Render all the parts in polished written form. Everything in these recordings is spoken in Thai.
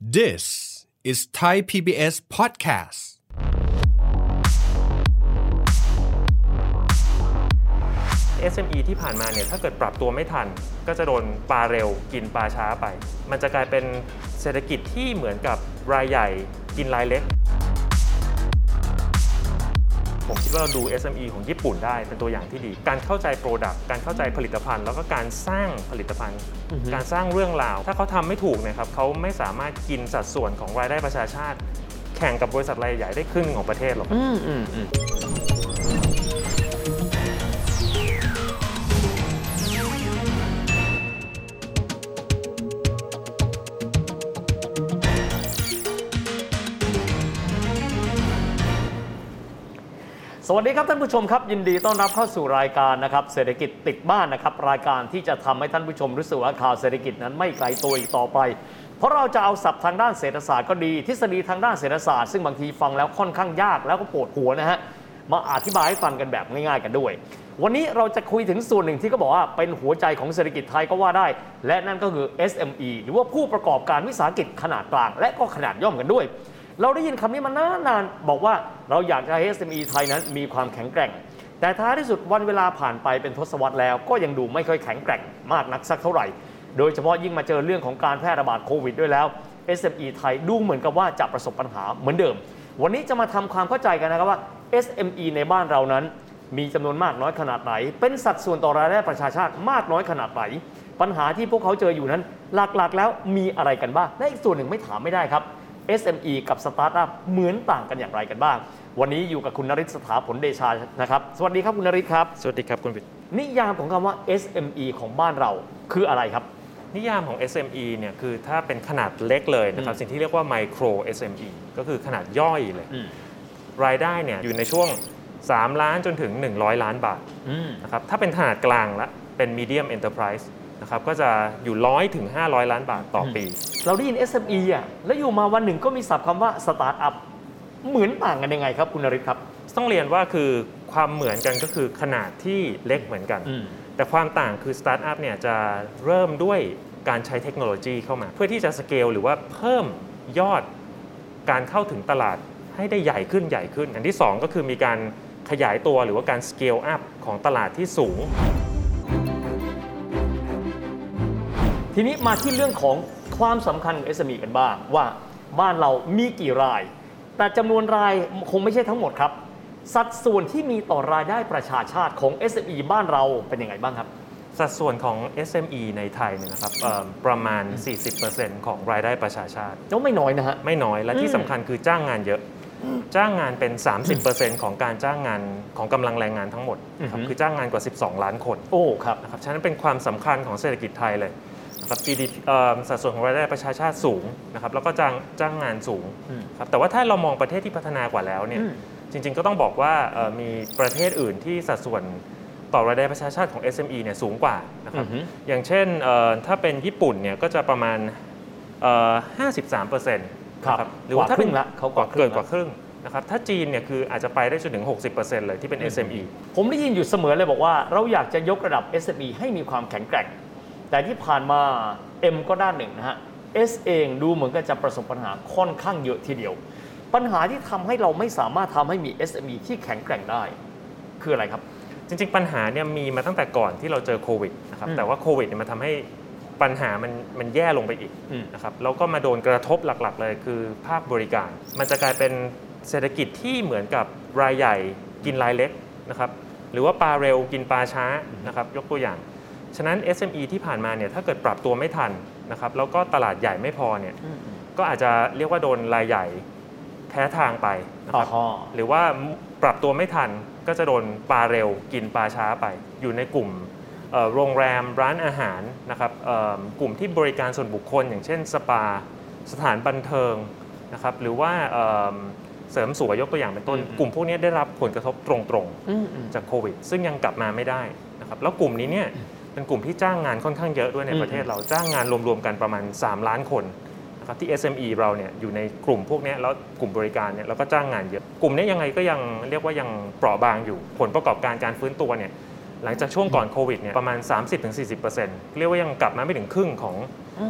This is Thai PBS podcast. SME ที่ผ่านมาเนี่ยถ้าเกิดปรับตัวไม่ทันก็จะโดนปลาเร็วกินปลาช้าไปมันจะกลายเป็นเศรษฐกิจที่เหมือนกับรายใหญ่กินรายเล็กผมคิดว่าเราดู SME ของญี่ปุ่นได้เป็นตัวอย่างที่ดีการเข้าใจ Product การเข้าใจผลิตภัณฑ์แล้วก็การสร้างผลิตภัณฑ์การสร้างเรื่องราวถ้าเขาทำไม่ถูกเนี่ยครับเขาไม่สามารถกินสัดส่วนของรายได้ประชาชาติแข่งกับบริษัทรายใหญ่ได้ครึ่งของประเทศหรอกสวัสดีครับท่านผู้ชมครับยินดีต้อนรับเข้าสู่รายการนะครับเศรษฐกิจติดบ้านนะครับรายการที่จะทำให้ท่านผู้ชมรู้สึกว่าข่าวเศรษฐกิจนั้นไม่ไกลตัวอีกต่อไปเพราะเราจะเอาศัพท์ทางด้านเศรษฐศาสตร์ก็ดีทฤษฎีทางด้านเศรษฐศาสตร์ซึ่งบางทีฟังแล้วค่อนข้างยากแล้วก็ปวดหัวนะฮะมาอธิบายให้ฟังกันแบบง่ายๆกันด้วยวันนี้เราจะคุยถึงส่วนหนึ่งที่ก็บอกว่าเป็นหัวใจของเศรษฐกิจไทยก็ว่าได้และนั่นก็คือ SME หรือว่าผู้ประกอบการวิสาหกิจขนาดกลางและก็ขนาดย่อมกันด้วยเราได้ยินคำนี้มานานๆบอกว่าเราอยากจะให้ SME ไทยนั้นมีความแข็งแกร่งแต่ท้ายที่สุดวันเวลาผ่านไปเป็นทศวรรษแล้วก็ยังดูไม่ค่อยแข็งแกร่งมากนักสักเท่าไหร่โดยเฉพาะยิ่งมาเจอเรื่องของการแพร่ระบาดโควิดด้วยแล้ว SME ไทยดูเหมือนกับว่าจะประสบปัญหาเหมือนเดิมวันนี้จะมาทำความเข้าใจกันนะครับว่า SME ในบ้านเรานั้นมีจำนวนมากน้อยขนาดไหนเป็นสัดส่วนต่อรายได้ประชาชาติมากน้อยขนาดไหนปัญหาที่พวกเขาเจออยู่นั้นหลักๆแล้วมีอะไรกันบ้างและอีกส่วนหนึ่งไม่ถามไม่ได้ครับSME กับสตาร์ทอัพเหมือนต่างกันอย่างไรกันบ้างวันนี้อยู่กับคุณนฤทธิ์สถาผลเดชานะครับสวัสดีครับคุณนฤทธิ์ครับสวัสดีครับคุณวิทย์นิยามของคำว่า SME ของบ้านเราคืออะไรครับนิยามของ SME เนี่ยคือถ้าเป็นขนาดเล็กเลยนะครับสิ่งที่เรียกว่า Micro SME ก็คือขนาดย่อยเลยรายได้เนี่ยอยู่ในช่วง3ล้านจนถึง100ล้านบาทนะครับถ้าเป็นขนาดกลางละเป็น Medium Enterpriseนะครับก็จะอยู่100ถึง500ล้านบาทต่อปีเราได้ยิน SME อ่ะแล้วอยู่มาวันหนึ่งก็มีศัพท์คำว่าสตาร์ทอัพเหมือนต่างกันยังไงครับคุณนฤทธิ์ครับต้องเรียนว่าคือความเหมือนกันก็คือขนาดที่เล็กเหมือนกันแต่ความต่างคือสตาร์ทอัพเนี่ยจะเริ่มด้วยการใช้เทคโนโลยีเข้ามาเพื่อที่จะสเกลหรือว่าเพิ่มยอดการเข้าถึงตลาดให้ได้ใหญ่ขึ้นอันที่2ก็คือมีการขยายตัวหรือว่าการสเกลอัพของตลาดที่สูงทีนี้มาที่เรื่องของความสำคัญของ SME กันบ้างว่าบ้านเรามีกี่รายแต่จำนวนรายคงไม่ใช่ทั้งหมดครับสัดส่วนที่มีต่อรายได้ประชาชาติของ SME บ้านเราเป็นยังไงบ้างครับสัดส่วนของ SME ในไทยเนี่ยนะครับประมาณ 40% ของรายได้ประชาชาติก็ไม่น้อยนะฮะไม่น้อยและที่สำคัญคือจ้างงานเยอะจ้างงานเป็น 30% ของการจ้างงานของกำลังแรงงานทั้งหมดครับคือจ้างงานกว่า12ล้านคนโอ้ครับนะครับฉะนั้นเป็นความสำคัญของเศรษฐกิจไทยเลยนะครับ GDP สัดส่วนของรายได้ประชาชาติสูงนะครับแล้วก็จ้างงานสูงครับแต่ว่าถ้าเรามองประเทศที่พัฒนากว่าแล้วเนี่ยจริงๆก็ต้องบอกว่ามีประเทศอื่นที่สัดส่วนต่อรายได้ประชาชาติของ SME เนี่ยสูงกว่านะครับอย่างเช่นถ้าเป็นญี่ปุ่นเนี่ยก็จะประมาณ53% นะครับหรือว่าถ้าครึ่งละเขาเกินกว่าครึ่งนะครับถ้าจีนเนี่ยคืออาจจะไปได้จนถึง 60% เลยที่เป็น SME ผมได้ยินอยู่เสมอเลยบอกว่าเราอยากจะยกระดับ SME ให้มีความแข็งแกร่งแต่ที่ผ่านมา M ก็ด้านหนึ่งนะฮะ S เองดูเหมือนกับจะประสบปัญหาค่อนข้างเยอะทีเดียวปัญหาที่ทำให้เราไม่สามารถทำให้มี SME ที่แข็งแกร่งได้คืออะไรครับจริงๆปัญหาเนี่ยมีมาตั้งแต่ก่อนที่เราเจอโควิดนะครับแต่ว่าโควิดเนี่ยมันทำให้ปัญหามันแย่ลงไปอีกนะครับแล้วก็มาโดนกระทบหลักๆเลยคือภาคบริการมันจะกลายเป็นเศรษฐกิจที่เหมือนกับรายใหญ่กินรายเล็กนะครับหรือว่าปลาเร็วกินปลาช้านะครับยกตัวอย่างฉะนั้น SME ที่ผ่านมาเนี่ยถ้าเกิดปรับตัวไม่ทันนะครับแล้วก็ตลาดใหญ่ไม่พอเนี่ยก็อาจจะเรียกว่าโดนรายใหญ่แพ้ทางไปนะครับหรือว่าปรับตัวไม่ทันก็จะโดนปลาเร็วกินปลาช้าไปอยู่ในกลุ่มโรงแรมร้านอาหารนะครับกลุ่มที่บริการส่วนบุคคลอย่างเช่นสปาสถานบันเทิงนะครับหรือว่าเสริมสวยยกตัวอย่างเป็นต้นกลุ่มพวกนี้ได้รับผลกระทบตรงๆจากโควิดซึ่งยังกลับมาไม่ได้นะครับแล้วกลุ่มนี้เนี่ยเป็นกลุ่มที่จ้างงานค่อนข้างเยอะด้วยในประเทศเราจ้างงานรวมๆกันประมาณ3ล้านคนนะครับที่ SME เราเนี่ยอยู่ในกลุ่มพวกนี้แล้วกลุ่มบริการเนี่ยเราก็จ้างงานเยอะกลุ่มนี้ยังไงก็ยังเรียกว่ายังเปราะบางอยู่ผลประกอบการฟื้นตัวเนี่ยหลังจากช่วงก่อนโควิดเนี่ยประมาณ 30-40% เรียกว่ายังกลับมาไม่ถึงครึ่งของ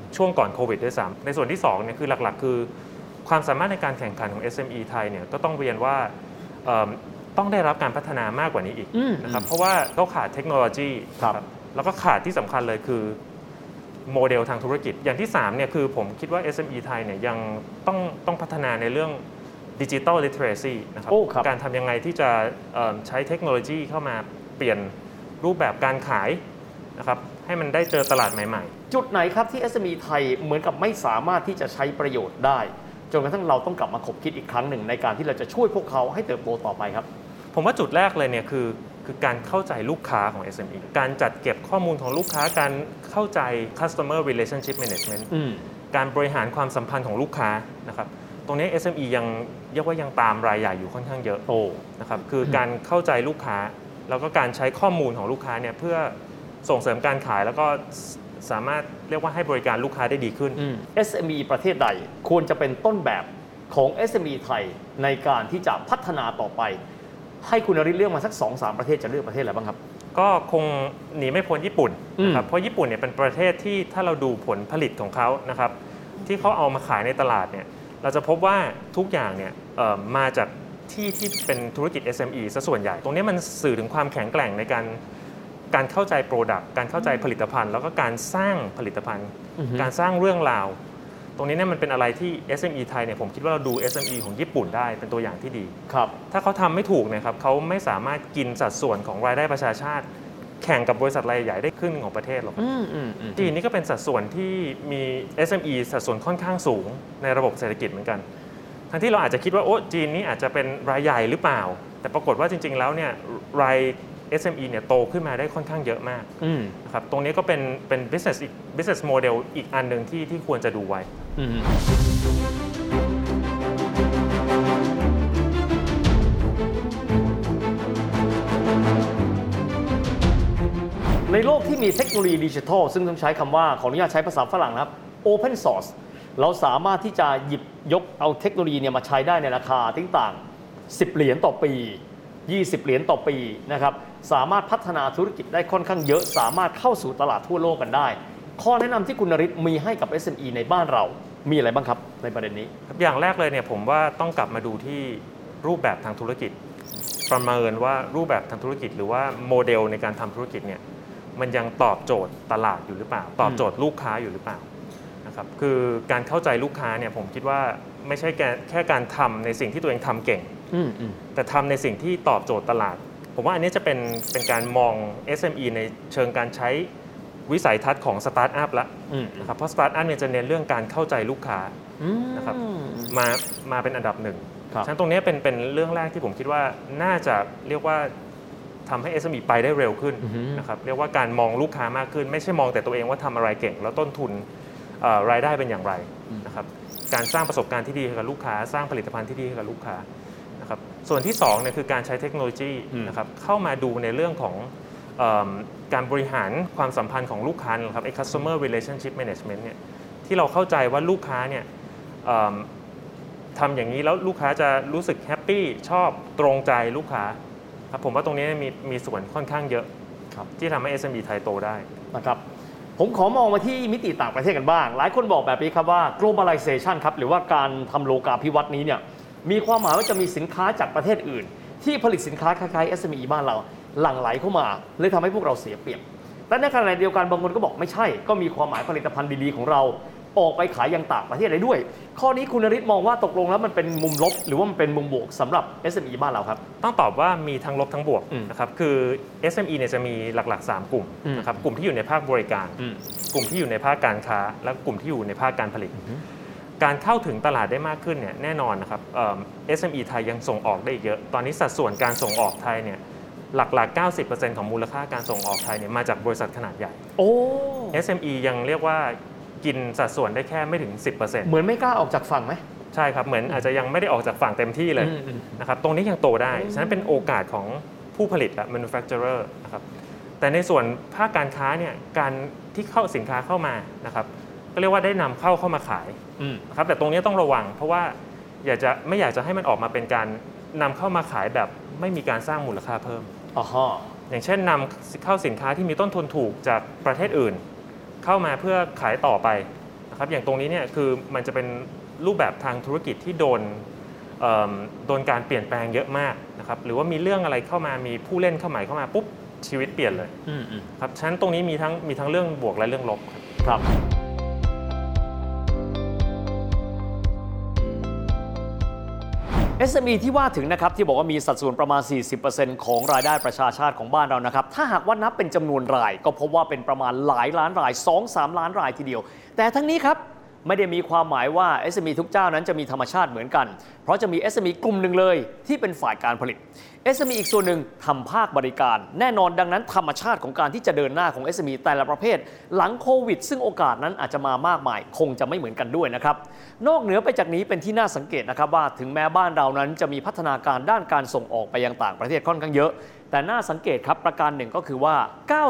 ช่วงก่อนโควิดด้วยซ้ำในส่วนที่2เนี่ยคือหลักๆคือความสามารถในการแข่งขันของ SME ไทยเนี่ยก็ต้องเรียนว่าต้องได้รับการพัฒนามากกว่านี้อีกนะครับเพราะว่าเขาขาดเทคโนโลยีครับแล้วก็ขาดที่สำคัญเลยคือโมเดลทางธุรกิจอย่างที่3เนี่ยคือผมคิดว่า SME ไทยเนี่ยยังต้องพัฒนาในเรื่อง Digital Literacy นะครับการทำยังไงที่จะใช้เทคโนโลยีเข้ามาเปลี่ยนรูปแบบการขายนะครับให้มันได้เจอตลาดใหม่ๆจุดไหนครับที่ SME ไทยเหมือนกับไม่สามารถที่จะใช้ประโยชน์ได้จนกระทั่งเราต้องกลับมาคบคิดอีกครั้งหนึ่งในการที่เราจะช่วยพวกเขาให้เติบโตต่อไปครับผมว่าจุดแรกเลยเนี่ยคือการเข้าใจลูกค้าของ SME การจัดเก็บข้อมูลของลูกค้าการเข้าใจ Customer Relationship Management การบริหารความสัมพันธ์ของลูกค้านะครับตรงนี้ SME ยังเรียกว่ายังตามรายใหญ่อยู่ค่อนข้างเยอะนะครับคือการเข้าใจลูกค้าแล้วก็การใช้ข้อมูลของลูกค้าเนี่ยเพื่อส่งเสริมการขายแล้วก็สามารถเรียกว่าให้บริการลูกค้าได้ดีขึ้น SME ประเทศใดควรจะเป็นต้นแบบของ SME ไทยในการที่จะพัฒนาต่อไปให้คุณนฤทธิ์เลือกมาสัก 2-3 ประเทศจะเลือกประเทศอะไรบ้างครับก็คงหนีไม่พ้นญี่ปุ่นนะครับเพราะญี่ปุ่นเนี่ยเป็นประเทศที่ถ้าเราดูผลผลิตของเขานะครับที่เขาเอามาขายในตลาดเนี่ยเราจะพบว่าทุกอย่างเนี่ยมาจากที่เป็นธุรกิจ SME ซะส่วนใหญ่ตรงนี้มันสื่อถึงความแข็งแกร่งในการเข้าใจ Product การเข้าใจผลิตภัณฑ์แล้วก็การสร้างผลิตภัณฑ์ การสร้างเรื่องราวตรงนี้เนี่ยมันเป็นอะไรที่ SME ไทยเนี่ยผมคิดว่าเราดู SME ของญี่ปุ่นได้เป็นตัวอย่างที่ดีครับถ้าเขาทำไม่ถูกนะครับเขาไม่สามารถกินสัดส่วนของรายได้ประชาชาติแข่งกับบริษัทรายใหญ่ได้ครึ่งนึงของประเทศหรอกจีนนี่ก็เป็นสัดส่วนที่มี SME สัดส่วนค่อนข้างสูงในระบบเศรษฐกิจเหมือนกันทั้งที่เราอาจจะคิดว่าโอ้จีนนี่อาจจะเป็นรายใหญ่หรือเปล่าแต่ปรากฏว่าจริงๆแล้วเนี่ยรายSME เนี่ยโตขึ้นมาได้ค่อนข้างเยอะมากนะครับตรงนี้ก็เป็น business model อีกอันหนึ่งที่ควรจะดูไว้ในโลกที่มีเทคโนโลยีดิจิทัลซึ่งต้องใช้คำว่าขออนุญาตใช้ภาษาฝรั่งนะครับ Open Source เราสามารถที่จะหยิบยกเอาเทคโนโลยีเนี่ยมาใช้ได้ในราคาต่างๆ10 เหรียญต่อปี20 เหรียญต่อปีนะครับสามารถพัฒนาธุรกิจได้ค่อนข้างเยอะสามารถเข้าสู่ตลาดทั่วโลกกันได้ข้อแนะนำที่คุณนฤทธิ์มีให้กับ SME ในบ้านเรามีอะไรบ้างครับในประเด็นนี้อย่างแรกเลยเนี่ยผมว่าต้องกลับมาดูที่รูปแบบทางธุรกิจประเมินว่ารูปแบบทางธุรกิจหรือว่าโมเดลในการทำธุรกิจเนี่ยมันยังตอบโจทย์ตลาดอยู่หรือเปล่าตอบโจทย์ลูกค้าอยู่หรือเปล่านะครับคือการเข้าใจลูกค้าเนี่ยผมคิดว่าไม่ใช่แค่การทำในสิ่งที่ตัวเองทำเก่งแต่ทำในสิ่งที่ตอบโจทย์ตลาดผมว่าอันนี้จะเป็นการมอง SME ในเชิงการใช้วิสัยทัศน์ของสตาร์ทอัพละนะครับเพราะสตาร์ทอัพเนี่ยจะเน้นเรื่องการเข้าใจลูกค้านะครับมาเป็นอันดับหนึ่งฉะนั้นตรงนี้เป็นเรื่องแรกที่ผมคิดว่าน่าจะเรียกว่าทำให้ SME ไปได้เร็วขึ้นนะครับเรียกว่าการมองลูกค้ามากขึ้นไม่ใช่มองแต่ตัวเองว่าทำอะไรเก่งแล้วต้นทุนรายได้เป็นอย่างไรนะครับการสร้างประสบการณ์ที่ดีให้กับลูกค้าสร้างผลิตภัณฑ์ที่ดีให้กับลูกค้านะครับส่วนที่2เนี่ยคือการใช้เทคโนโลยีนะครับเข้ามาดูในเรื่องของการบริหารความสัมพันธ์ของลูกค้านะครับไอ้ customer relationship management เนี่ยที่เราเข้าใจว่าลูกค้าเนี่ยทำอย่างนี้แล้วลูกค้าจะรู้สึกแฮปปี้ชอบตรงใจลูกค้าครับผมว่าตรงนี้มีส่วนค่อนข้างเยอะที่ทำให้ SME ไทยโตได้นะครับผมขอมองมาที่มิติต่างประเทศกันบ้างหลายคนบอกแบบนี้ครับว่า globalization ครับหรือว่าการทำโลกาภิวัตน์นี้เนี่ยมีความหมายว่าจะมีสินค้าจากประเทศอื่นที่ผลิตสินค้าคล้ายๆ SME บ้านเราหลั่งไหลเข้ามาเลยทำให้พวกเราเสียเปรียบแต่ในขณะเดียวกันบางคนก็บอกไม่ใช่ก็มีความหมายผลิตภัณฑ์ดีๆของเราออกไปขายยังต่างประเทศได้ด้วยข้อนี้คุณนฤทธิ์มองว่าตกลงแล้วมันเป็นมุมลบหรือว่ามันเป็นมุมบวกสำหรับ SME บ้านเราครับต้องตอบว่ามีทั้งลบทั้งบวกนะครับคือ SME เนี่ยจะมีหลักๆ3กลุ่มนะครับกลุ่มที่อยู่ในภาคบริการกลุ่มที่อยู่ในภาคการค้าและกลุ่มที่อยู่ในภาคการผลิตการเข้าถึงตลาดได้มากขึ้นเนี่ยแน่นอนนะครับSME ไทยยังส่งออกได้เยอะตอนนี้สัดส่วนการส่งออกไทยเนี่ยหลักๆ 90% ของมูลค่าการส่งออกไทยเนี่ยมาจากบริษัทขนาดใหญ่ SME ยังเรียกว่ากินสัดส่วนได้แค่ไม่ถึง 10% เหมือนไม่กล้าออกจากฝั่งไหมใช่ครับเหมือนอาจจะยังไม่ได้ออกจากฝั่งเต็มที่เลยนะครับตรงนี้ยังโตได้ฉะนั้นเป็นโอกาสของผู้ผลิตและ manufacturer นะครับแต่ในส่วนภาคการค้าเนี่ยการที่เข้าสินค้าเข้ามานะครับก็เรียกว่าได้นำเข้ามาขายนะครับแต่ตรงนี้ต้องระวังเพราะว่าไม่อยากจะให้มันออกมาเป็นการนำเข้ามาขายแบบไม่มีการสร้างมูลค่าเพิ่มอย่างเช่นนำเข้าสินค้าที่มีต้นทุนถูกจากประเทศอื่นเข้ามาเพื่อขายต่อไปนะครับอย่างตรงนี้เนี่ยคือมันจะเป็นรูปแบบทางธุรกิจที่โดนการเปลี่ยนแปลงเยอะมากนะครับหรือว่ามีเรื่องอะไรเข้ามามีผู้เล่นเข้าใหม่เข้ามาปุ๊บชีวิตเปลี่ยนเลยครับฉะนั้นตรงนี้มีทั้งเรื่องบวกและเรื่องลบครับSME ที่ว่าถึงนะครับที่บอกว่ามีสัดส่วนประมาณ 40% ของรายได้ประชาชาติของบ้านเรานะครับถ้าหากว่านับเป็นจำนวนรายก็พบว่าเป็นประมาณหลายล้านราย 2-3 ล้านรายทีเดียวแต่ทั้งนี้ครับไม่ได้มีความหมายว่า SME ทุกเจ้านั้นจะมีธรรมชาติเหมือนกันเพราะจะมี SME กลุ่มหนึ่งเลยที่เป็นฝ่ายการผลิต SME อีกส่วนหนึ่งทำภาคบริการแน่นอนดังนั้นธรรมชาติของการที่จะเดินหน้าของ SME แต่ละประเภทหลังโควิดซึ่งโอกาสนั้นอาจจะมามากมายคงจะไม่เหมือนกันด้วยนะครับนอกเหนือไปจากนี้เป็นที่น่าสังเกตนะครับว่าถึงแม้บ้านเรานั้นจะมีพัฒนาการด้านการส่งออกไปยังต่างประเทศค่อนข้างเยอะแต่น่าสังเกตครับประการหนึ่งก็คือว่า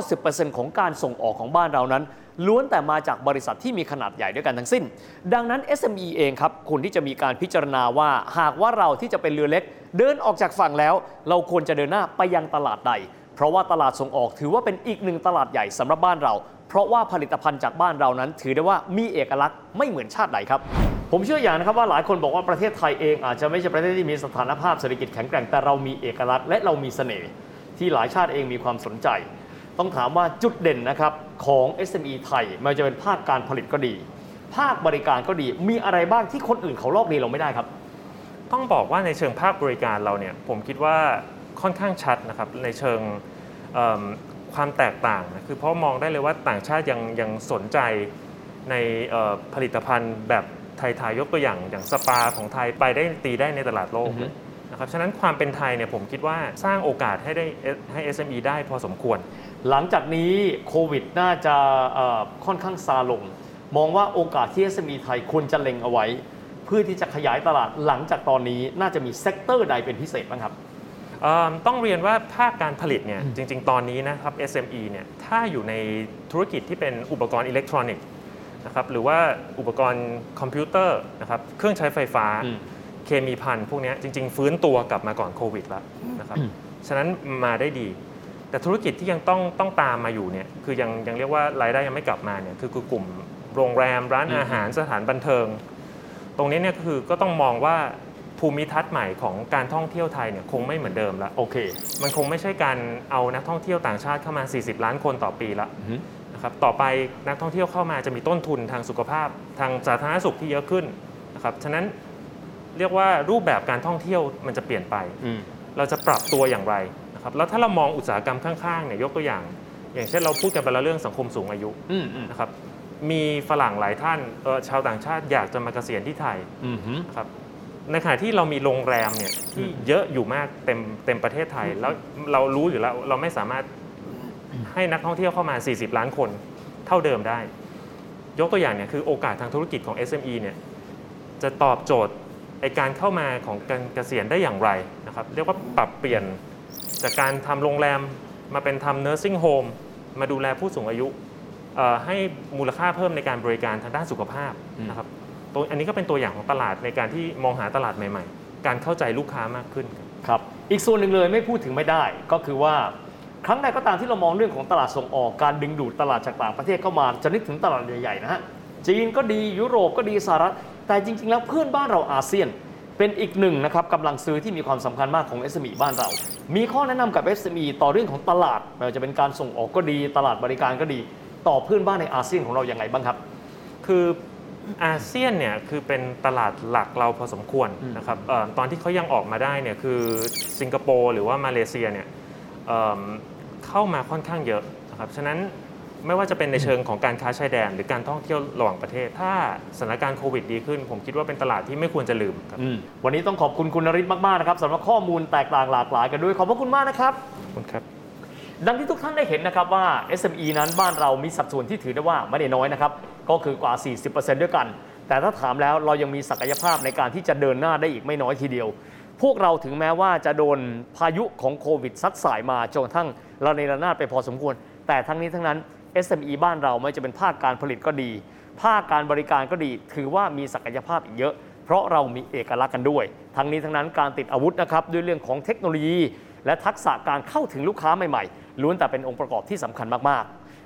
90% ของการส่งออกของบ้านเรานั้นล้วนแต่มาจากบริษัทที่มีขนาดใหญ่ด้วยกันทั้งสิ้นดังนั้น SME เองครับควรที่จะมีการพิจารณาว่าหากว่าเราที่จะเป็นเรือเล็กเดินออกจากฝั่งแล้วเราควรจะเดินหน้าไปยังตลาดใดเพราะว่าตลาดส่งออกถือว่าเป็นอีกหนึ่งตลาดใหญ่สำหรับบ้านเราเพราะว่าผลิตภัณฑ์จากบ้านเรานั้นถือได้ว่ามีเอกลักษณ์ไม่เหมือนชาติใดครับผมเชื่ออย่างนะครับว่าหลายคนบอกว่าประเทศไทยเองอาจจะไม่ใช่ประเทศที่มีสถานภาพเศรษฐกิจแข็งแกร่งแต่เรามีเอกลักษณ์และเรามีเสน่ห์ที่หลายชาติเองมีความสนใจต้องถามว่าจุดเด่นนะครับของ SME ไทยไม่ว่าจะเป็นภาคการผลิตก็ดีภาคบริการก็ดีมีอะไรบ้างที่คนอื่นเขาลอกเลียนเราไม่ได้ครับต้องบอกว่าในเชิงภาคบริการเราเนี่ยผมคิดว่าค่อนข้างชัดนะครับในเชิงความแตกต่างนะคือเพราะมองได้เลยว่าต่างชาติยังสนใจในผลิตภัณฑ์แบบไทยๆยกตัวอย่างสปาของไทยไปได้ตีได้ในตลาดโลกนะครับฉะนั้นความเป็นไทยเนี่ยผมคิดว่าสร้างโอกาสให้ SME ได้พอสมควรหลังจากนี้โควิดน่าจะค่อนข้างซาลงมองว่าโอกาสที่ SME ไทยควรจะเล็งเอาไว้เพื่อที่จะขยายตลาดหลังจากตอนนี้น่าจะมีเซกเตอร์ใดเป็นพิเศษบ้างครับต้องเรียนว่าภาคการผลิตเนี่ยจริงๆตอนนี้นะครับ SME เนี่ยถ้าอยู่ในธุรกิจที่เป็นอุปกรณ์อิเล็กทรอนิกส์นะครับหรือว่าอุปกรณ์คอมพิวเตอร์นะครับเครื่องใช้ไฟฟ้าเคมีภัณฑ์พวกนี้จริงๆฟื้นตัวกลับมาก่อนโควิดแล้วนะครับฉะนั้นมาได้ดีแต่ธุรกิจที่ยังต้องตามมาอยู่เนี่ยคือยังเรียกว่ารายได้ยังไม่กลับมาเนี่ยคือกลุ่มโรงแรมร้านอาหารสถานบันเทิงตรงนี้เนี่ยคือก็ต้องมองว่าภูมิทัศน์ใหม่ของการท่องเที่ยวไทยเนี่ยคงไม่เหมือนเดิมละโอเคมันคงไม่ใช่การเอานักท่องเที่ยวต่างชาติเข้ามา40ล้านคนต่อปีละนะครับต่อไปนักท่องเที่ยวเข้ามาจะมีต้นทุนทางสุขภาพทางสาธารณสุขที่เยอะขึ้นนะครับฉะนั้นเรียกว่ารูปแบบการท่องเที่ยวมันจะเปลี่ยนไปเราจะปรับตัวอย่างไรนะครับแล้วถ้าเรามองอุตสาหกรรมข้างๆเนี่ยยกตัวอย่างเช่นเราพูดกันไปแล้วเรื่องสังคมสูงอายุนะครับมีฝรั่งหลายท่านชาวต่างชาติอยากจะมาเกษียณที่ไทยครับในขณะที่เรามีโรงแรมเนี่ยที่เยอะอยู่มากเต็มประเทศไทยแล้วเรารู้อยู่แล้วเราไม่สามารถให้นักท่องเที่ยวเข้ามา40ล้านคนเท่าเดิมได้ยกตัวอย่างเนี่ยคือโอกาสทางธุรกิจของ SME เนี่ยจะตอบโจทย์การเข้ามาของการเกษียณได้อย่างไรนะครับเรียกว่าปรับเปลี่ยนจากการทำโรงแรมมาเป็นทำ nursing home มาดูแลผู้สูงอายุให้มูลค่าเพิ่มในการบริการทางด้านสุขภาพนะครับอันนี้ก็เป็นตัวอย่างของตลาดในการที่มองหาตลาดใหม่ๆการเข้าใจลูกค้ามากขึ้นครับอีกส่วนหนึ่งเลยไม่พูดถึงไม่ได้ก็คือว่าครั้งใดก็ตามที่เรามองเรื่องของตลาดส่งออกการดึงดูดตลาดจากต่างประเทศเข้ามาจะนึกถึงตลาดใหญ่ๆนะฮะจีนก็ดียุโรปก็ดีสหรัฐแต่จริงๆแล้วเพื่อนบ้านเราอาเซียนเป็นอีกหนึ่งนะครับกำลังซื้อที่มีความสำคัญมากของ SME บ้านเรามีข้อแนะนำกับ SME ต่อเรื่องของตลาดไม่ว่าจะเป็นการส่งออกก็ดีตลาดบริการก็ดีต่อเพื่อนบ้านในอาเซียนของเราอย่างไรบ้างครับคืออาเซียนเนี่ยคือเป็นตลาดหลักเราพอสมควรนะครับตอนที่เขายังออกมาได้เนี่ยคือสิงคโปร์หรือว่ามาเลเซียเนี่ยเข้ามาค่อนข้างเยอะนะครับฉะนั้นไม่ว่าจะเป็นในเชิงของการค้าชายแดนหรือการท่องเที่ยวระหว่างประเทศถ้าสถานการณ์โควิดดีขึ้นผมคิดว่าเป็นตลาดที่ไม่ควรจะลืมครับวันนี้ต้องขอบคุณคุณนฤทธิ์มากๆนะครับสำหรับข้อมูลแตกต่างหลากหลายกันด้วยขอบพระคุณมากนะครับขอบคุณครับดังที่ทุกท่านได้เห็นนะครับว่า SME นั้นบ้านเรามีสัดส่วนที่ถือได้ว่าไม่ได้น้อยนะครับก็คือกว่า 40% ด้วยกันแต่ถ้าถามแล้วเรายังมีศักยภาพในการที่จะเดินหน้าได้อีกไม่น้อยทีเดียวพวกเราถึงแม้ว่าจะโดนพายุของโควิดซัดสายมาจนกระทั่งระเนระนาดไปพอสมควรแต่ทั้งนี้ทั้งนั้น SME บ้านเราไม่จะเป็นภาคการผลิตก็ดีภาคการบริการก็ดีถือว่ามีศักยภาพอีกเยอะเพราะเรามีเอกลักษณ์กันด้วยทั้งนี้ทั้งนั้นการติดอาวุธนะครับด้วยเรื่องของเทคโนโลยีและทักษะการเข้าถึงลูกค้าใหม่ๆล้วนแต่เป็นองค์ประกอบที่สำคัญมากๆ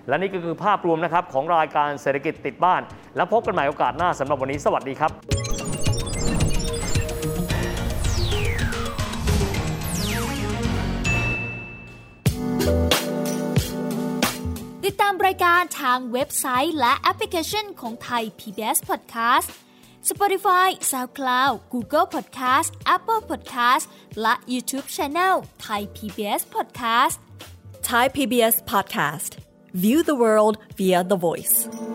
และนี่ก็คือภาพรวมนะครับของรายการเศรษฐกิจติดบ้านแล้วพบกันใหม่โอกาสหน้าสำหรับวันนี้สวัสดีครับติดตามรายการทางเว็บไซต์และแอปพลิเคชันของไทย PBS Podcast Spotify, SoundCloud, Google Podcast, Apple Podcast และ YouTube Channel Thai PBS Podcast Thai PBS Podcast. View the world via the voice.